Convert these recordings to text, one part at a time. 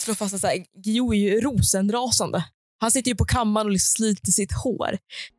slå fast att så här, Guillou är ju rosenrasande. Han sitter ju på kammaren och liksom sliter sitt hår.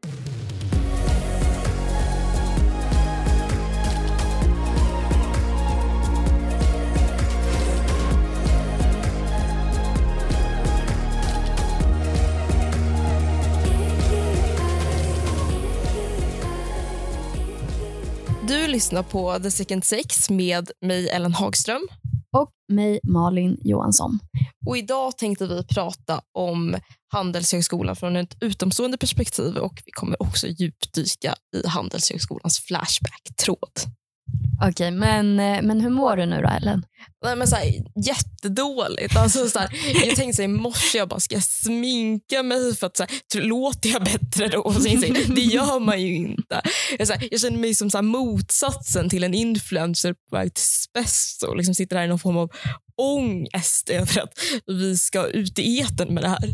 Du lyssnar på The Second Sex med mig, Ellen Hagström. Och mig, Malin Johansson. Och idag tänkte vi prata om Handelshögskolan från ett utomstående perspektiv. Och vi kommer också djupdyka i Handelshögskolans Flashback-tråd. Okej, men hur mår du nu då, Ellen? Nej, men så här, jättedåligt. Alltså, så här, jag tänkte i morse, jag bara ska sminka mig för att så här, låter jag bättre då? Och så det gör man ju inte. Jag känner mig som så här, motsatsen till en influencer på väg till spets och liksom sitter där i någon form av ångest över att vi ska ut i etern med det här.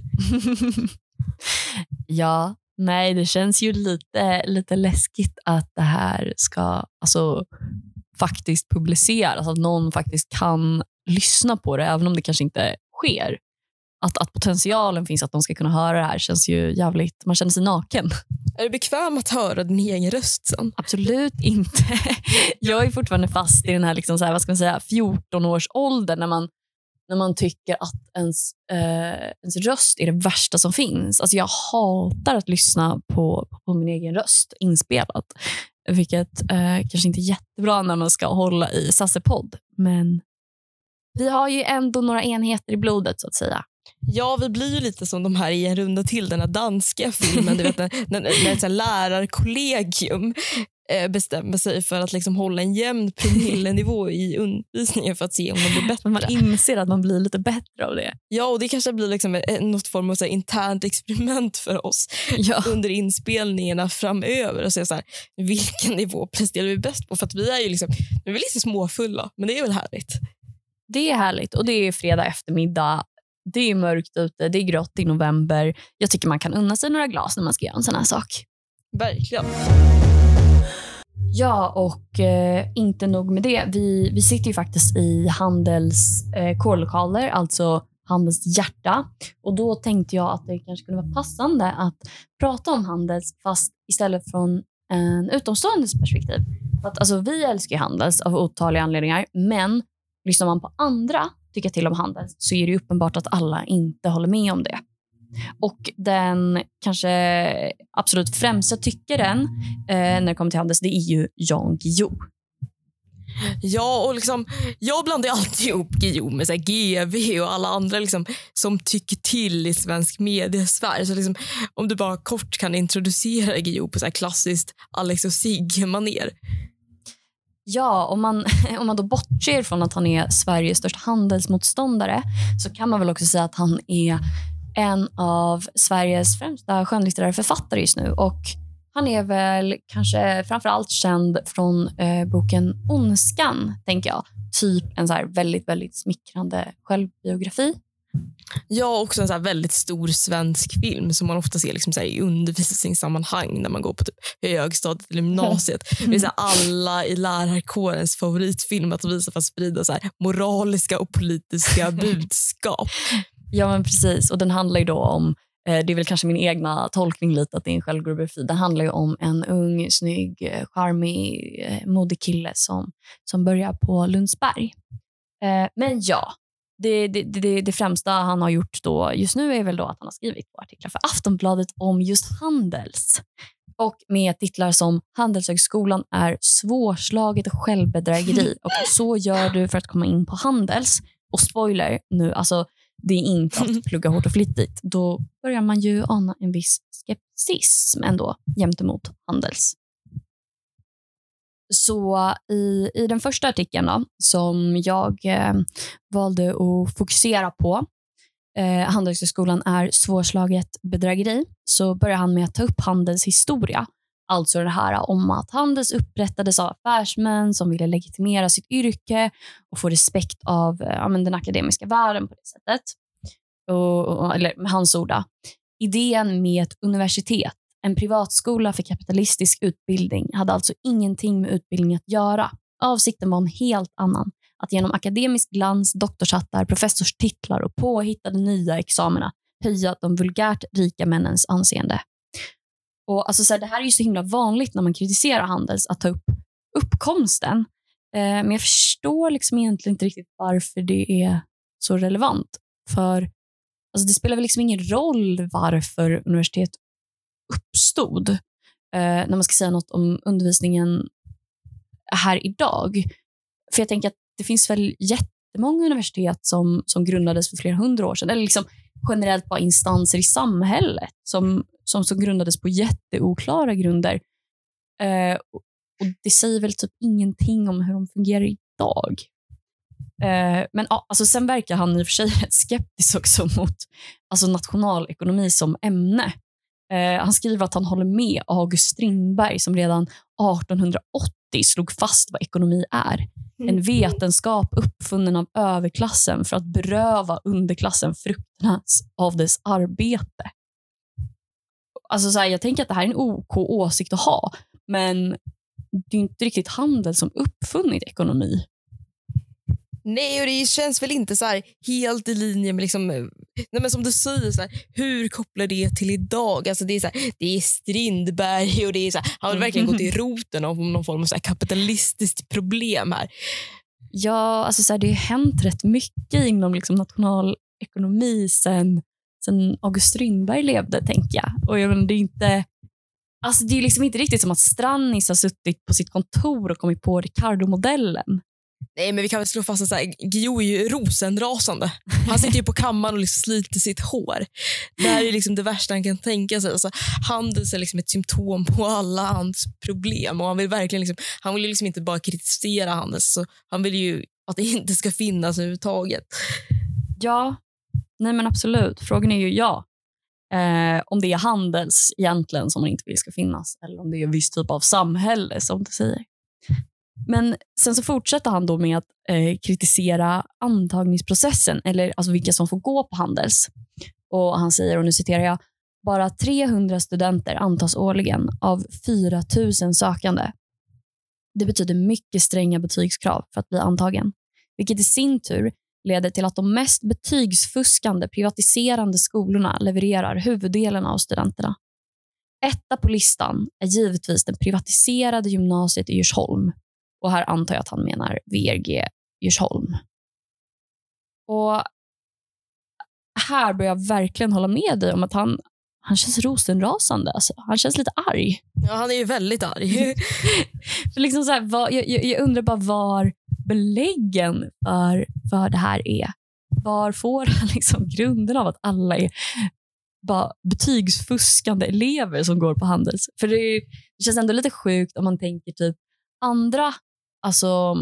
Ja, nej, det känns ju lite läskigt att det här ska faktiskt publiceras, att någon faktiskt kan lyssna på det, även om det kanske inte sker. Att potentialen finns att de ska kunna höra det här känns ju jävligt, man känner sig naken. Är du bekväm att höra din egen röst sen? Absolut inte. Jag är fortfarande fast i den här, liksom så här, vad ska man säga, 14-årsåldern när man tycker att ens röst är det värsta som finns. Alltså jag hatar att lyssna på min egen röst inspelad. Vilket kanske inte är jättebra när man ska hålla i Sassepodd. Men vi har ju ändå några enheter i blodet, så att säga. Ja, vi blir ju lite som de här i En runda till, den här danska filmen. Du vet, när ett lärarkollegium bestämmer sig för att liksom hålla en jämn promillenivå i undervisningen för att se om de blir bättre. Man inser att man blir lite bättre av det. Ja, och det kanske blir liksom något form av så här internt experiment för oss under inspelningarna framöver och se så här, vilken nivå presterar vi bäst på, för att vi är ju liksom, vi är lite småfulla, men det är väl härligt. Det är härligt, och det är fredag eftermiddag. Det är mörkt ute, det är grått i november. Jag tycker man kan unna sig några glas när man ska göra en sån här sak. Verkligen. Ja, och inte nog med det. Vi sitter ju faktiskt i Handels kårlokaler, alltså Handels hjärta. Och då tänkte jag att det kanske kunde vara passande att prata om Handels, fast istället från en utomståendes perspektiv. Att, alltså, vi älskar Handels av otaliga anledningar, men lyssnar man på andra tycker till om Handels, så är det uppenbart att alla inte håller med om det. Och den kanske absolut främsta tyckaren när det kommer till Handels, det är ju Jan Guillou. Ja, och liksom, jag blandar alltid ihop Guillou med så här GV och alla andra liksom, som tycker till i svensk mediesfär. Så liksom, om du bara kort kan introducera Guillou på så här klassiskt Alex och Sigge-manér. Ja, om man då bortser från att han är Sveriges största handelsmotståndare, så kan man väl också säga att han är en av Sveriges främsta skönlitterära författare just nu. Och han är väl kanske framförallt känd från boken Ondskan, tänker jag. Typ en så här väldigt, väldigt smickrande självbiografi. Ja, också en så här väldigt stor svensk film som man ofta ser liksom så här i undervisningssammanhang när man går på typ högstadiet eller gymnasiet. Det är så här alla i lärarkårens favoritfilm att visa för att sprida så här moraliska och politiska budskap. Ja, men precis. Och den handlar ju då om, det är väl kanske min egna tolkning lite att det är en självbiografi. Den handlar ju om en ung, snygg, charmig, modig kille som börjar på Lundsberg. Men ja, det främsta han har gjort då just nu är väl då att han har skrivit två artiklar för Aftonbladet om just Handels. Och med titlar som Handelshögskolan är svårslaget självbedrägeri och så gör du för att komma in på Handels. Och spoiler nu, alltså det är inte att plugga hårt och flitigt. Då börjar man ju ana en viss skepticism ändå gentemot Handels. Så i den första artikeln då, som jag valde att fokusera på, Handelshögskolan är svårslaget bedrägeri, så börjar han med att ta upp Handels historia. Alltså det här om att Handels upprättades av affärsmän som ville legitimera sitt yrke och få respekt av den akademiska världen på det sättet. Eller med hans ord, idén med ett universitet, en privatskola för kapitalistisk utbildning, hade alltså ingenting med utbildning att göra. Avsikten var en helt annan. att genom akademisk glans, doktorshattar, professorstitlar och påhittade nya examina höja de vulgärt rika männens anseende. Och alltså så här, det här är ju så himla vanligt när man kritiserar Handels att ta upp uppkomsten. Men jag förstår liksom egentligen inte riktigt varför det är så relevant. För alltså, det spelar väl liksom ingen roll varför universitet uppstod. När man ska säga något om undervisningen här idag. För jag tänker att det finns väl jättemånga universitet som grundades för flera hundra år sedan. Eller liksom generellt bara instanser i samhället som grundades på jätteoklara grunder. Och det säger väl typ ingenting om hur de fungerar idag. Men alltså, sen verkar han i och för sig rätt skeptisk också mot alltså, nationalekonomi som ämne. Han skriver att han håller med August Strindberg som redan 1880 slog fast vad ekonomi är. En vetenskap uppfunnen av överklassen för att beröva underklassen frukterna av dess arbete. Alltså så här, jag tänker att det här är en OK åsikt att ha, men det är inte riktigt Handel som uppfunnit ekonomi. Nej, och det känns väl inte så här helt i linje med liksom, nej, men som du säger så här, hur kopplar det till idag? Alltså det är så här, det är Strindberg och det är så här, han har verkligen gått i roten av någon form av så här kapitalistiskt problem här. Ja, alltså så här, det har hänt rätt mycket inom liksom nationalekonomi sen August Strindberg levde, tänker jag. Och jag menar, det är inte alltså det är liksom inte riktigt som att Strannis har suttit på sitt kontor och kommit på Ricardo-modellen. Nej, men vi kan väl slå fast att Guillou är ju rosenrasande. Han sitter ju på kammaren och liksom sliter sitt hår. Det här är liksom det värsta han kan tänka sig. Alltså, Handels är liksom ett symptom på alla hans problem. Och han vill verkligen liksom, han vill ju liksom inte bara kritisera Handels. Så han vill ju att det inte ska finnas överhuvudtaget. Ja, nej men absolut. Frågan är ju om det är Handels egentligen som man inte vill ska finnas. Eller om det är en viss typ av samhälle som du säger. Men sen så fortsätter han då med att kritisera antagningsprocessen, eller alltså vilka som får gå på Handels. Och han säger, och nu citerar jag, bara 300 studenter antas årligen av 4 000 sökande. Det betyder mycket stränga betygskrav för att bli antagen, vilket i sin tur leder till att de mest betygsfuskande, privatiserande skolorna levererar huvuddelen av studenterna. Etta på listan är givetvis den privatiserade gymnasiet i Djursholm. Och här antar jag att han menar VRG Djursholm. Och här börjar jag verkligen hålla med dig om att han känns rosenrasande. Alltså, han känns lite arg. Ja, han är ju väldigt arg. För liksom så här, jag undrar bara var beläggen för det här är. Var får han liksom grunden av att alla är bara betygsfuskande elever som går på Handels? För det känns ändå lite sjukt om man tänker typ andra alltså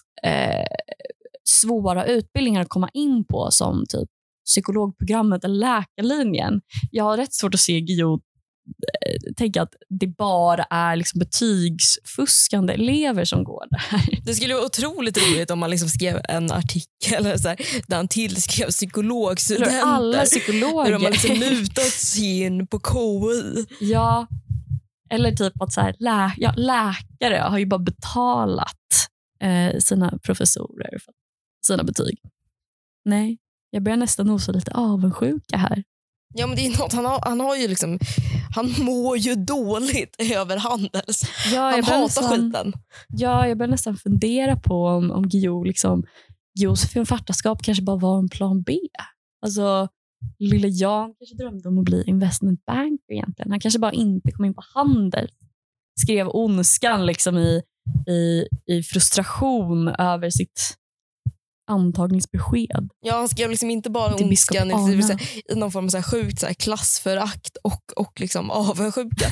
svåra utbildningar att komma in på som typ psykologprogrammet eller läkarlinjen. Jag har rätt svårt att se Guillou tänka att det bara är liksom betygsfuskande elever som går där. Det skulle vara otroligt roligt om man liksom skrev en artikel eller så här, där han tillskrev psykologstudenter. Alla psykologer. Hur de har liksom mutats in på KI. Ja, eller typ att så här, läkare har ju bara betalat sina professorer för sina betyg. Nej, jag börjar nästan nosa lite avundsjuka här. Ja, men det är något, han har ju liksom, han mår ju dåligt över Handels. Ja, han hatar skiten. Ja, jag börjar nästan fundera på om Guillou liksom, Josefin Fartaskap kanske bara var en plan B. Alltså, lilla Jan kanske drömde om att bli investment banker egentligen. Han kanske bara inte kom in på handel. Skrev ondskan liksom i frustration över sitt antagningsbesked. Ja, han skrev liksom inte bara ondskan i någon form av så här sjukt så här klassförakt och liksom avundsjuka.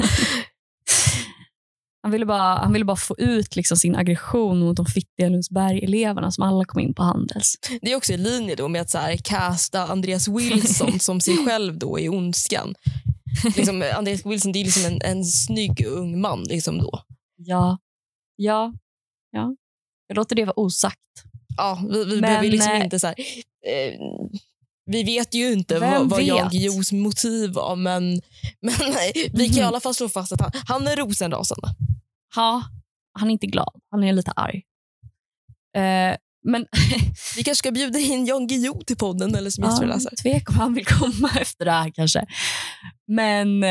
Han ville bara få ut liksom sin aggression mot de fittiga Lundsberg-eleverna som alla kom in på Handels. Det är också i linje då med att så här casta Andreas Wilson som sig själv då i ondskan. Liksom, Andreas Wilson, det är liksom en snygg ung man liksom då. Ja. Jag låter det vara osagt. Ja, vi behöver liksom inte så här, vi vet ju inte vad Jan Guillous motiv var, men vi kan i alla fall slå fast att han är rosenrasande. Ja, han är inte glad. Han är lite arg. Men vi kanske ska bjuda in Jan Guillou till podden eller som gästföreläsare. Tvek om han vill komma efter det här kanske. Men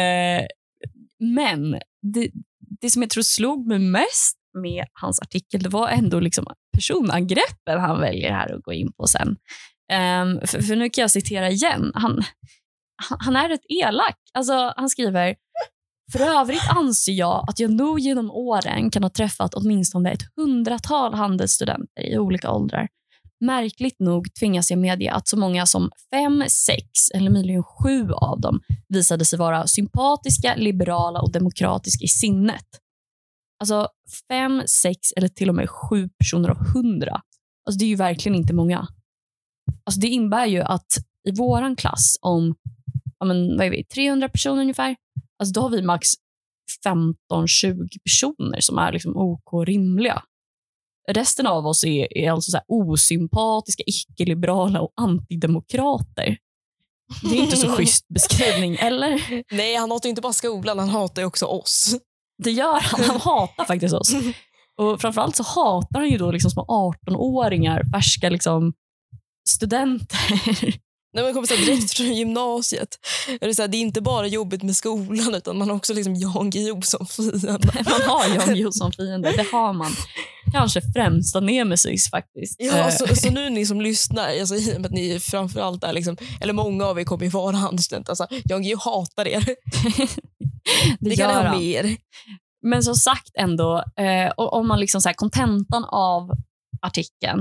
det som jag tror slog mig mest med hans artikel, det var ändå liksom personangreppen han väljer här att gå in på sen. För nu kan jag citera igen. Han är rätt elak. Alltså, han skriver: för övrigt anser jag att jag nog genom åren kan ha träffat åtminstone 100-tal handelsstudenter i olika åldrar. Märkligt nog tvingas jag medge att så många som 5, 6 eller möjligen 7 av dem visade sig vara sympatiska, liberala och demokratiska i sinnet. Alltså 5, 6 eller till och med 7 personer av 100. Alltså det är ju verkligen inte många. Alltså det innebär ju att i våran klass om vad är vi, 300 personer ungefär. Alltså då har vi max 15-20 personer som är liksom OK rimliga. Resten av oss är alltså så här osympatiska, icke-liberala och antidemokrater. Det är inte så schysst beskrivning, eller? Nej, han hatar ju inte bara skolan, han hatar ju också oss. Det gör han. Han hatar faktiskt oss. Och framförallt så hatar han ju då liksom små 18-åringar, färska liksom studenter. När man kommer så direkt från gymnasiet. Det är inte bara jobbigt med skolan utan man har också liksom Jan Guillou som fiende. Man har Jan Guillou som fiende, det har man. Kanske främsta nemesis faktiskt. Ja, så nu ni som lyssnar, alltså, i och med att ni framförallt är liksom, eller många av er kommer ju vara handstudenter, alltså, Jan Guillou hatar er. det kan jag ha med er. Men som sagt ändå, om man liksom så här, kontentan av artikeln,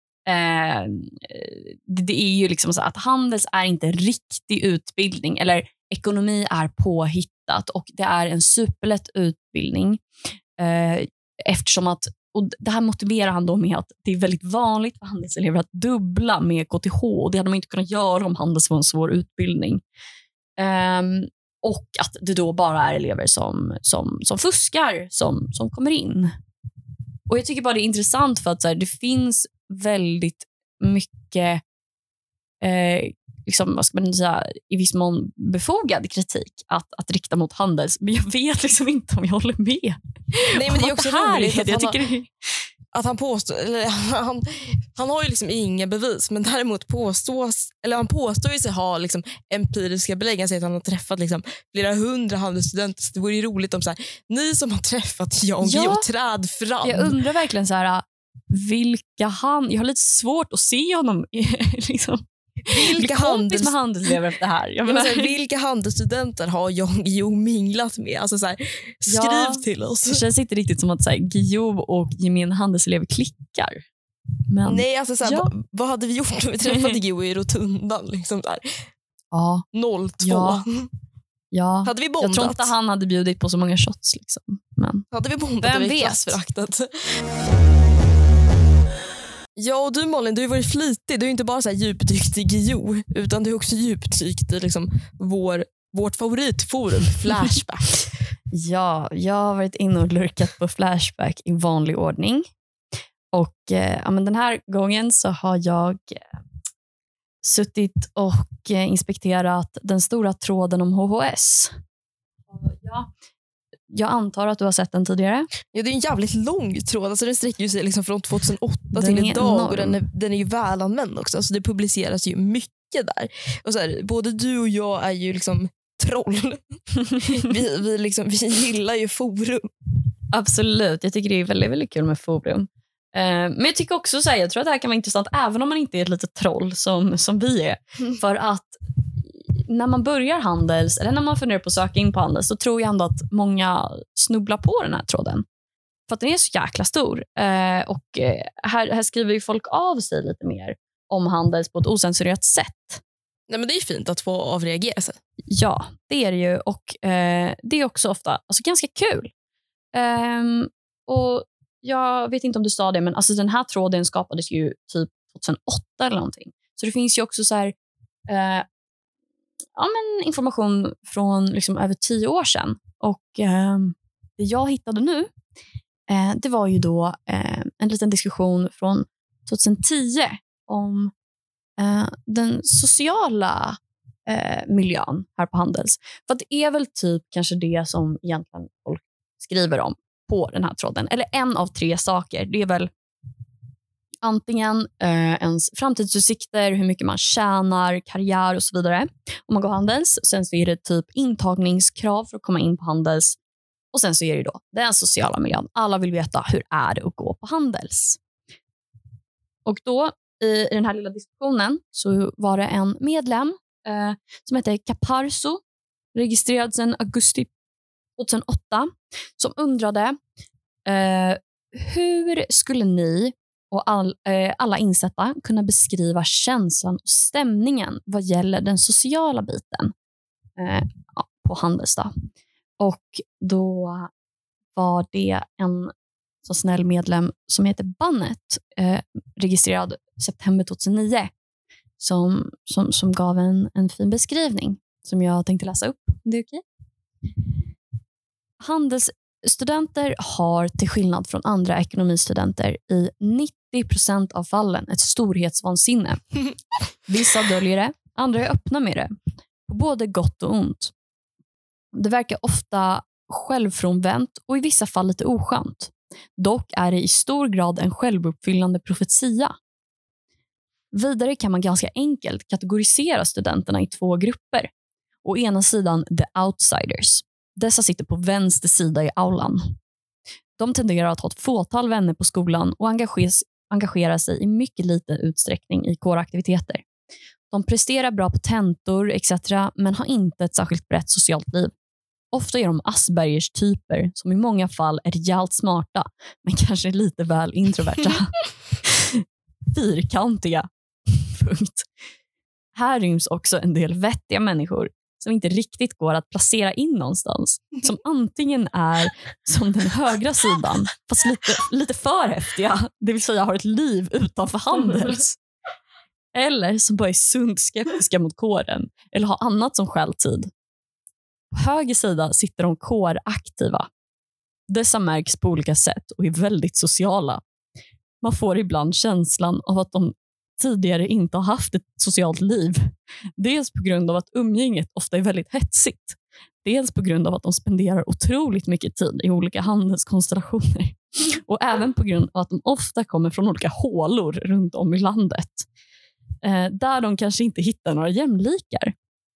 det är ju liksom så att handels är inte en riktig utbildning, eller ekonomi är påhittat, och det är en superlätt utbildning eftersom att, och det här motiverar han då med att det är väldigt vanligt för handelselever att dubbla med KTH, och det hade man inte kunnat göra om handels var en svår utbildning. Och att det då bara är elever som fuskar som kommer in. Och jag tycker bara det är intressant för att så här, det finns väldigt mycket liksom, vad ska man säga, i viss mån befogad kritik att rikta mot handels, men jag vet liksom inte om jag håller med. Nej, men det är också roligt att han påstår, eller han har ju liksom inga bevis, men däremot han påstår ju sig ha liksom empiriska belägg. Han säger att han har träffat liksom flera 100 handelsstudenter, så det vore ju roligt om så här, ni som har träffat Jan Guillou, träd fram. Jag undrar verkligen så här, jag har lite svårt att se honom liksom. Vilka handelselever efter det här? Vilka handelsstudenter har Jan Guillou minglat med? Alltså så här, skriv till oss. Det känns inte riktigt som att så här, Guillou och gemene handelselever klickar. Men, nej, alltså så här, vad hade vi gjort om vi träffade Guillou i rotundan? Liksom där. Ja. 02. Ja. Hade vi bondat? Jag tror inte han hade bjudit på så många shots. Liksom. Men hade vi bondat? Vem vet? Klassföraktat. Ja, och du Malin, du har varit flitig. Du är inte bara så här djupdykt i Guillou, utan du är också djupdykt i liksom vårt favoritforum, Flashback. Ja, jag har varit inne och lurkat på Flashback i vanlig ordning. Och men den här gången så har jag suttit och inspekterat den stora tråden om HHS. Ja. Jag antar att du har sett den tidigare. Ja, det är en jävligt lång tråd. Alltså, den sträcker sig liksom från 2008 den till idag. Enorm. Och den är ju välanvänd också. Alltså, det publiceras ju mycket där. Och så här, både du och jag är ju liksom troll. vi gillar ju forum. Absolut, jag tycker det är väldigt, väldigt kul med forum. Men jag tycker också så här, jag tror att det här kan vara intressant även om man inte är ett litet troll som vi är. För att när man börjar handels, eller när man funderar på att söka in på handels, så tror jag ändå att många snubblar på den här tråden. För att den är så jäkla stor. Och här skriver ju folk av sig lite mer om handels på ett osensurerat sätt. Nej, men det är fint att få avreagera sig. Ja, det är det ju. Och det är också ofta alltså, ganska kul. Och jag vet inte om du sa det, men alltså, den här tråden skapades ju typ 2008 eller någonting. Så det finns ju också så här information från liksom över 10 år sedan. Och det jag hittade nu det var ju då en liten diskussion från 2010 om den sociala miljön här på Handels. För att det är väl typ kanske det som egentligen folk skriver om på den här tråden. Eller en av 3 saker. Det är väl antingen ens framtidsutsikter, hur mycket man tjänar, karriär och så vidare om man går Handels. Sen så är det typ intagningskrav för att komma in på Handels. Och sen så är det då den sociala miljön. Alla vill veta hur är det att gå på Handels. Och då i den här lilla diskussionen så var det en medlem som heter Caparzo, registrerad sedan augusti 2008, som undrade hur skulle ni och alla insatta kunna beskriva känslan och stämningen vad gäller den sociala biten på Handels då. Och då var det en så snäll medlem som heter Bannet, registrerad september 2009, som gav en fin beskrivning som jag tänkte läsa upp. Det är okej? Handelsstudenter har till skillnad från andra ekonomistudenter i 90% av fallen ett storhetsvansinne. Vissa döljer det, andra är öppna med det. På både gott och ont. Det verkar ofta självfrånvänt och i vissa fall lite oskönt. Dock är det i stor grad en självuppfyllande profetia. Vidare kan man ganska enkelt kategorisera studenterna i två grupper. Å ena sidan the outsiders. Dessa sitter på vänster sida i aulan. De tenderar att ha ett fåtal vänner på skolan och engagerar sig i mycket liten utsträckning i kåraktiviteter. De presterar bra på tentor etc. men har inte ett särskilt brett socialt liv. Ofta är de Aspergers typer som i många fall är rejält smarta men kanske lite väl introverta. Fyrkantiga. Punkt. Här ryms också en del vettiga människor som inte riktigt går att placera in någonstans. Som antingen är som den högra sidan fast lite för häftiga, det vill säga har ett liv utanför Handels. Eller som bara är sunt skeptiska mot kåren eller har annat som skälltid. På höger sida sitter de kåraktiva. Dessa märks på olika sätt och är väldigt sociala. Man får ibland känslan av att de tidigare inte har haft ett socialt liv. Dels på grund av att umgänget ofta är väldigt hetsigt. Dels på grund av att de spenderar otroligt mycket tid i olika handelskonstellationer. Och även på grund av att de ofta kommer från olika hålor runt om i landet. Där de kanske inte hittar några jämlikar.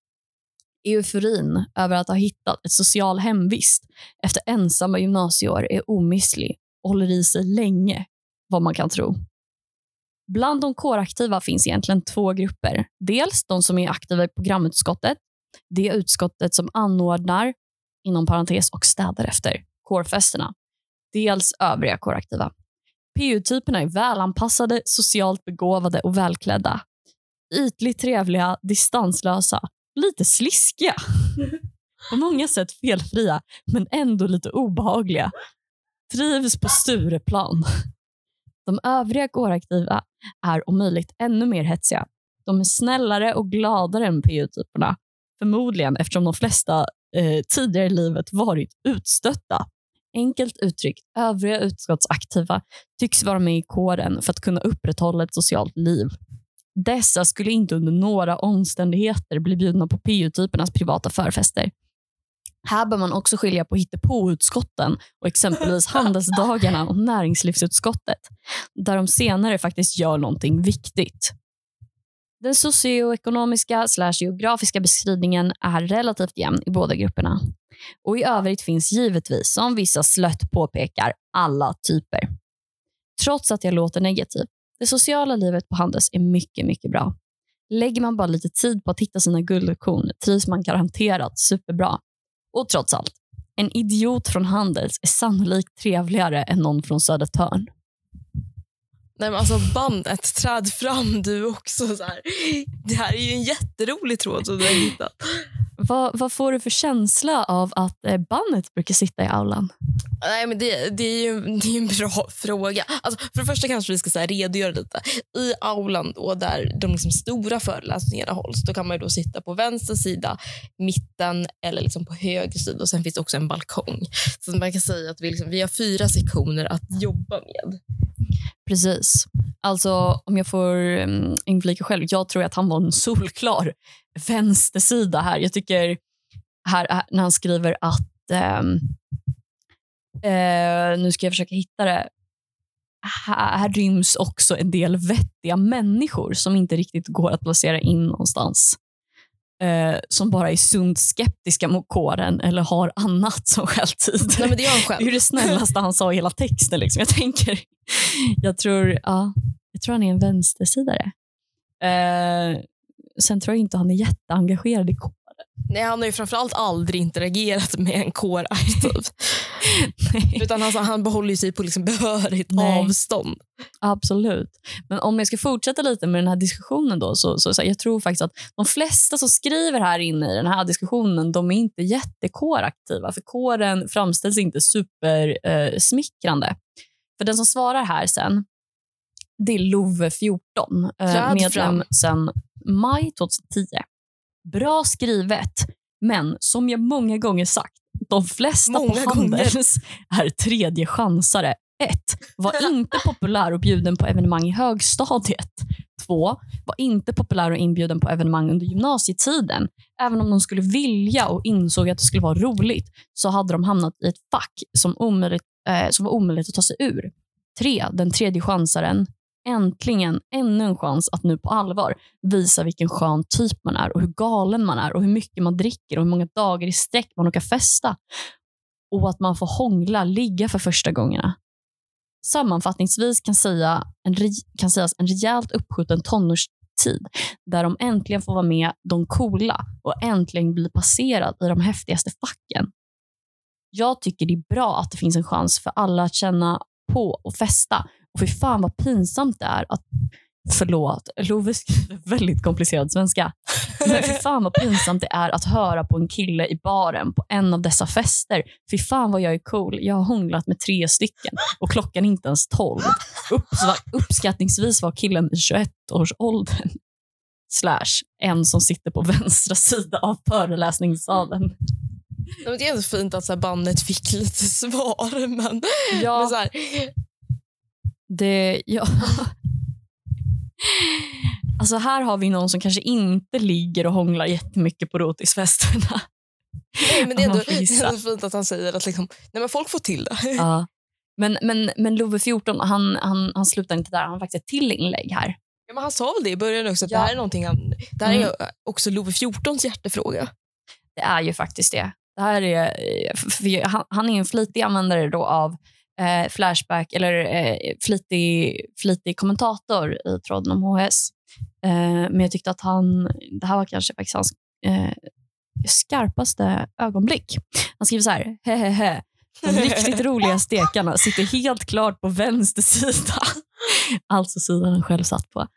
Euforin över att ha hittat ett social hemvist efter ensamma gymnasieår är omisslig och håller i sig länge, vad man kan tro. Bland de kåraktiva finns egentligen två grupper. Dels de som är aktiva i programutskottet. Det utskottet som anordnar, inom parentes, och städar efter kårfesterna. Dels övriga kåraktiva. PU-typerna är välanpassade, socialt begåvade och välklädda. Ytligt trevliga, distanslösa, lite sliskiga. På många sätt felfria, men ändå lite obehagliga. Trivs på Stureplan. De övriga kåraktiva är om möjligt ännu mer hetsiga. De är snällare och gladare än PU-typerna. Förmodligen eftersom de flesta tidigare i livet varit utstötta. Enkelt uttryckt, övriga utskottsaktiva tycks vara med i kåren för att kunna upprätthålla ett socialt liv. Dessa skulle inte under några omständigheter bli bjudna på PU-typernas privata förfester. Här bör man också skilja på hittepåutskotten och exempelvis handelsdagarna och näringslivsutskottet, där de senare faktiskt gör någonting viktigt. Den socioekonomiska / geografiska beskrivningen är relativt jämn i båda grupperna. Och i övrigt finns givetvis, som vissa slött påpekar, alla typer. Trots att jag låter negativ, det sociala livet på Handels är mycket, mycket bra. Lägger man bara lite tid på att hitta sina guldkorn trivs man garanterat superbra. Och trots allt, en idiot från Handels är sannolikt trevligare än någon från Södertörn. Nej, men alltså Bandet, träd fram du också. Så här. Det här är ju en jätterolig tråd som du har hittat. Vad får du för känsla av att Bandet brukar sitta i aulan? Nej, men det är ju en bra fråga. Alltså, för det första kanske vi ska så här redogöra lite. I aulan då, där de liksom stora föreläsningarna hålls, då kan man ju då sitta på vänster sida, mitten eller liksom på höger sida. Och sen finns det också en balkong. Så man kan säga att vi har 4 sektioner att jobba med. Precis. Alltså om jag får inflika själv, jag tror att han var en solklar vänstersida här. Jag tycker här när han skriver att nu ska jag försöka hitta det. här ryms också en del vettiga människor som inte riktigt går att placera in någonstans. Som bara är sunt skeptiska mot kåren eller har annat som självtid. Nej, men det är han själv. Det är det snällaste han sa i hela texten. Liksom. Jag tror han är en vänstersidare. Sen tror jag inte han är jätteengagerad i kåren. Nej, han har ju framförallt aldrig interagerat med en kåraktiv. Utan han behåller sig på liksom behörigt avstånd. Absolut. Men om jag ska fortsätta lite med den här diskussionen då, så jag tror faktiskt att de flesta som skriver här inne i den här diskussionen, de är inte jättekåraktiva. För kåren framställs inte supersmickrande. För den som svarar här sen, det är Love 14. Medlem sedan maj 2010. Bra skrivet, men som jag många gånger sagt, de flesta på Handels är tredje chansare. 1. Var inte populär och bjuden på evenemang i högstadiet. 2. Var inte populär och inbjuden på evenemang under gymnasietiden. Även om de skulle vilja och insåg att det skulle vara roligt, så hade de hamnat i ett fack som var omöjligt att ta sig ur. 3. Den tredje chansaren. Äntligen ännu en chans att nu på allvar visa vilken skön typ man är och hur galen man är och hur mycket man dricker och hur många dagar i sträck man åker festa. Och att man får hångla, ligga för första gångerna. Sammanfattningsvis kan sägas en rejält uppskjuten tonårstid där de äntligen får vara med de coola och äntligen bli passerad i de häftigaste facken. Jag tycker det är bra att det finns en chans för alla att känna på och festa. Och för fan vad pinsamt det är att, förlåt, Love skriver väldigt komplicerad svenska. Men för fan vad pinsamt det är att höra på en kille i baren på en av dessa fester. För fan vad jag är cool. Jag har hånglat med 3 stycken och klockan är inte ens 12. Uppskattningsvis var killen i 21-årsåldern. / en som sitter på vänstra sida av föreläsningssalen. Det är ändå fint att så här, bandet fick lite svar. Men, ja. Men så här... Alltså här har vi någon som kanske inte ligger och hånglar jättemycket på rotisfesterna. Nej, men det är ändå fint att han säger att liksom, nej, men folk får till det. Ja. Men Love 14, han slutar inte där. Han har faktiskt ett till inlägg här. Ja, men han sa väl det i början också, att det här är någonting det här är också Love 14s hjärtefråga. Det är ju faktiskt det. Det här är, han är en flitig användare då av Flashback eller flitig kommentator i tråden om HS. Men jag tyckte att det här var kanske faktiskt hans skarpaste ögonblick. Han skriver så här: hehehe. De riktigt roliga stekarna sitter helt klart på vänster sida. Alltså sidan han själv satt på.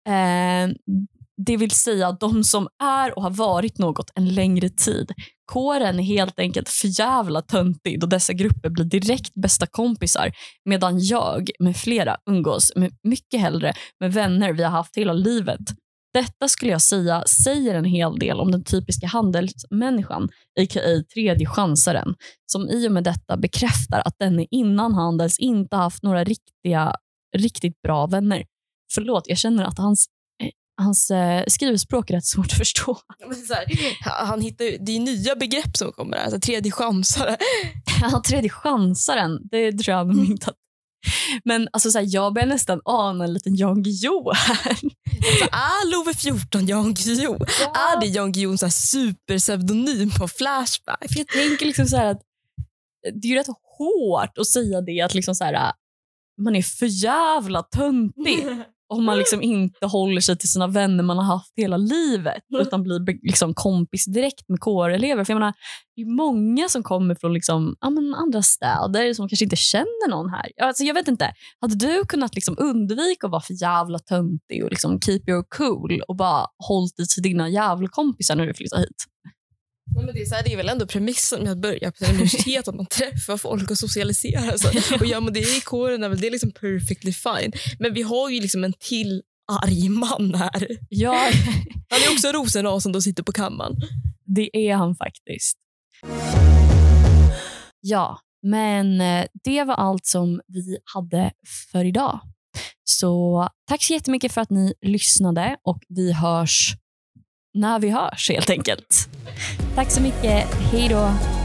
Det vill säga de som är och har varit något en längre tid. Kåren är helt enkelt för jävla töntig då dessa grupper blir direkt bästa kompisar, medan jag med flera umgås med mycket hellre med vänner vi har haft hela livet. Detta skulle jag säga säger en hel del om den typiska handelsmänniskan, a.k.a. tredje chansaren, som i och med detta bekräftar att den innan handels inte haft några riktigt bra vänner. Förlåt, jag känner att hans skrivspråk är rätt svårt att förstå. Men så här, han hittar ju, det är nya begrepp som kommer här, alltså tredje chansare. Ja, tredje chansaren, det tror jag nog inte att. Men alltså så här, jag börjar nästan ana en liten Jan Guillou här. Är Love 14 Jan Guillou? Ja. Är det Jan Guillou så här superpseudonym på Flashback? För jag tänker liksom så här att det är ju rätt hårt att säga det, att liksom så här, man är för jävla töntig om man liksom inte håller sig till sina vänner man har haft hela livet, utan blir liksom kompis direkt med kårelever. För jag menar, det är många som kommer från liksom, andra städer som kanske inte känner någon här. Alltså, jag vet inte, hade du kunnat liksom undvika att vara för jävla töntig och liksom keep your cool och bara hållit dig till dina jävla kompisar när du flyttar hit? Nej, men det är väl ändå premissen med att börja på universitet, att man träffar folk och socialiserar sig. Och ja, men det är i kåren är väl det är liksom perfectly fine. Men vi har ju liksom en till arg man här. Ja. Han är också rosenras som då sitter på kammaren. Det är han faktiskt. Ja, men det var allt som vi hade för idag. Så tack så jättemycket för att ni lyssnade, och vi hörs när vi hörs helt enkelt. Tack så mycket. Hej då.